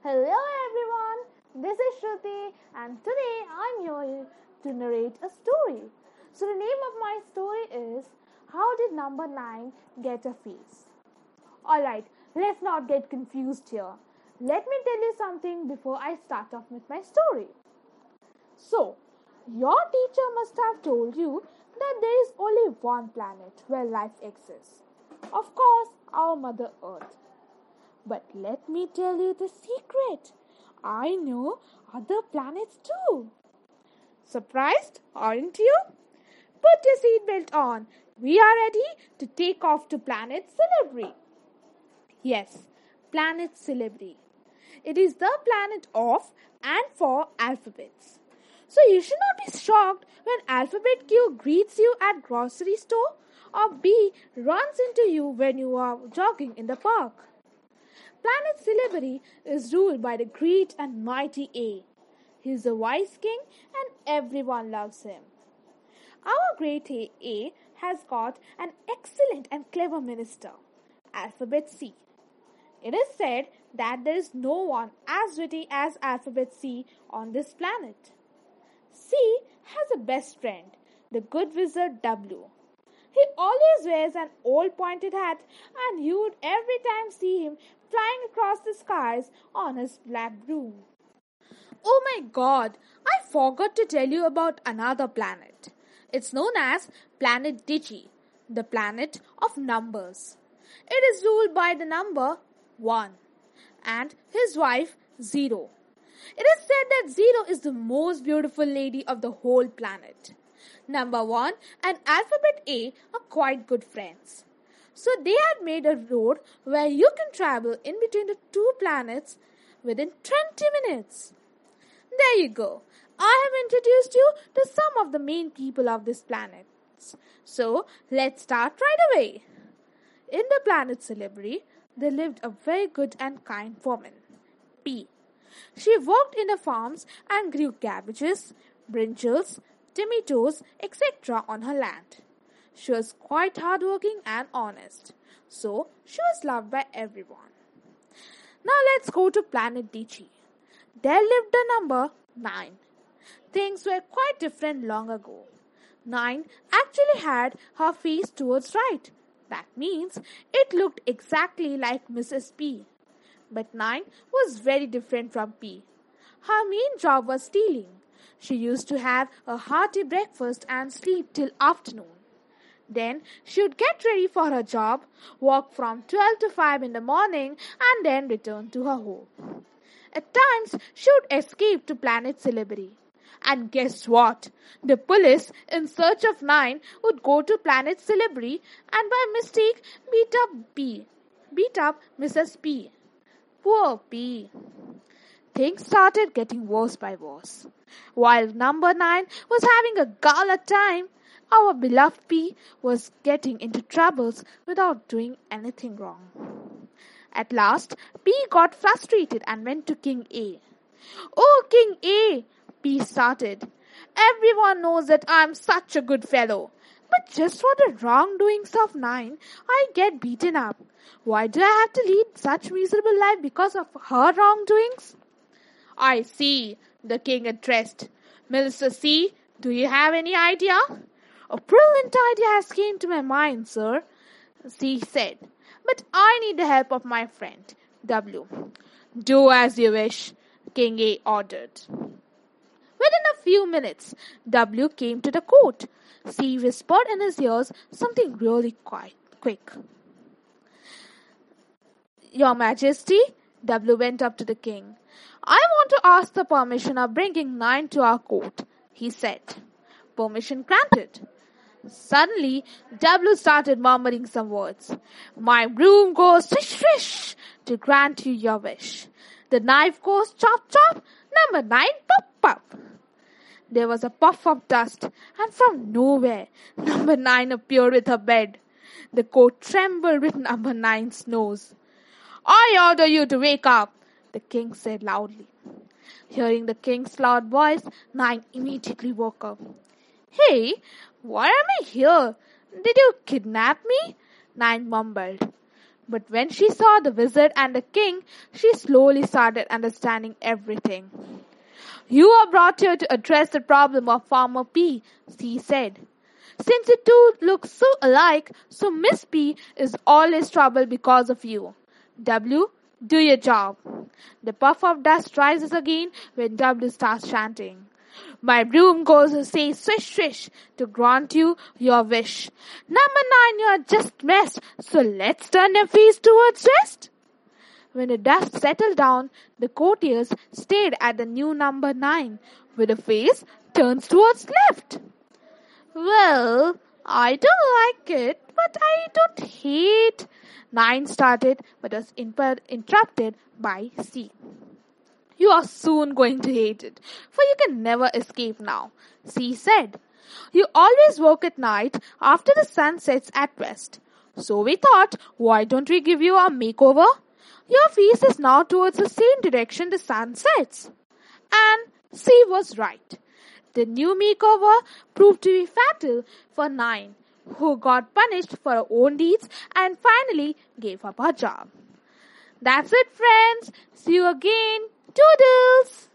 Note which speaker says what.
Speaker 1: Hello everyone, this is Shruti and today I'm here to narrate a story. So the name of my story is How Did Number 9 Get a Face? Alright, let's not get confused here. Let me tell you something before I start off with my story. So, your teacher must have told you that there is only one planet where life exists. Of course, our Mother Earth. But let me tell you the secret. I know other planets too. Surprised, aren't you? Put your seatbelt on. We are ready to take off to planet Celebre. Yes, planet Celebre. It is the planet of and for alphabets. So you should not be shocked when alphabet Q greets you at grocery store or B runs into you when you are jogging in the park. Planet Celebre is ruled by the great and mighty A. He is a wise king and everyone loves him. Our great A has got an excellent and clever minister, Alphabet C. It is said that there is no one as witty as Alphabet C on this planet. C has a best friend, the good wizard W. He always wears an old pointed hat and you would every time see him flying across the skies on his black broom. Oh my god, I forgot to tell you about another planet. It's known as Planet Digi, the planet of numbers. It is ruled by the number 1 and his wife 0. It is said that 0 is the most beautiful lady of the whole planet. Number 1 and Alphabet A are quite good friends. So they had made a road where you can travel in between the two planets within 20 minutes. There you go. I have introduced you to some of the main people of this planet. So let's start right away. In the planet Celebre, there lived a very good and kind woman, P. She worked in the farms and grew cabbages, brinjals, tomatoes, etc. on her land. She was quite hardworking and honest, so she was loved by everyone. Now let's go to planet Digi. There lived the number 9. Things were quite different long ago. 9 actually had her face towards right. That means it looked exactly like Mrs. P. But 9 was very different from P. Her main job was stealing. She used to have a hearty breakfast and sleep till afternoon. Then she would get ready for her job, work from 12 to 5 in the morning and then return to her home. At times she would escape to planet Celebre. And guess what? The police in search of 9 would go to planet Celebre and by mistake beat up Mrs. P. Poor P. Things started getting worse by worse. While number 9 was having a gala time, our beloved P was getting into troubles without doing anything wrong. At last, P got frustrated and went to King A. "Oh, King A," P started, "everyone knows that I am such a good fellow. But just for the wrongdoings of 9, I get beaten up. Why do I have to lead such miserable life because of her wrongdoings?" "I see," the king addressed. "Melissa C, do you have any idea?" "A brilliant idea has came to my mind, sir," C said. "But I need the help of my friend, W." "Do as you wish," King A ordered. Within a few minutes, W came to the court. C whispered in his ears something really quite quick. "Your Majesty," W went up to the king. "I want to ask the permission of bringing 9 to our court," he said. Permission granted. Suddenly, W started murmuring some words. "My broom goes swish swish to grant you your wish. The knife goes chop chop, number 9 pop pop." There was a puff of dust, and from nowhere, number 9 appeared with her bed. The court trembled with number 9's nose. "I order you to wake up," the king said loudly. Hearing the king's loud voice, 9 immediately woke up. "Hey, why am I here? Did you kidnap me?" 9 mumbled. But when she saw the wizard and the king, she slowly started understanding everything. You are brought here to address the problem of Farmer P, C said. Since you two look so alike, so Miss P is always trouble because of you. W, do your job. The puff of dust rises again when W starts chanting. My broom goes to say swish swish to grant you your wish. Number 9, you are just messed, so let's turn your face towards west. When the dust settled down, the courtiers stared at the new number 9, with a face turned towards left. Well, I don't like it, but I don't hate. 9 started, but was interrupted by C. You are soon going to hate it, for you can never escape now, C said. You always work at night after the sun sets at west. So we thought, why don't we give you a makeover? Your face is now towards the same direction the sun sets. And C was right. The new makeover proved to be fatal for 9, who got punished for her own deeds and finally gave up her job. That's it, friends. See you again. Toodles!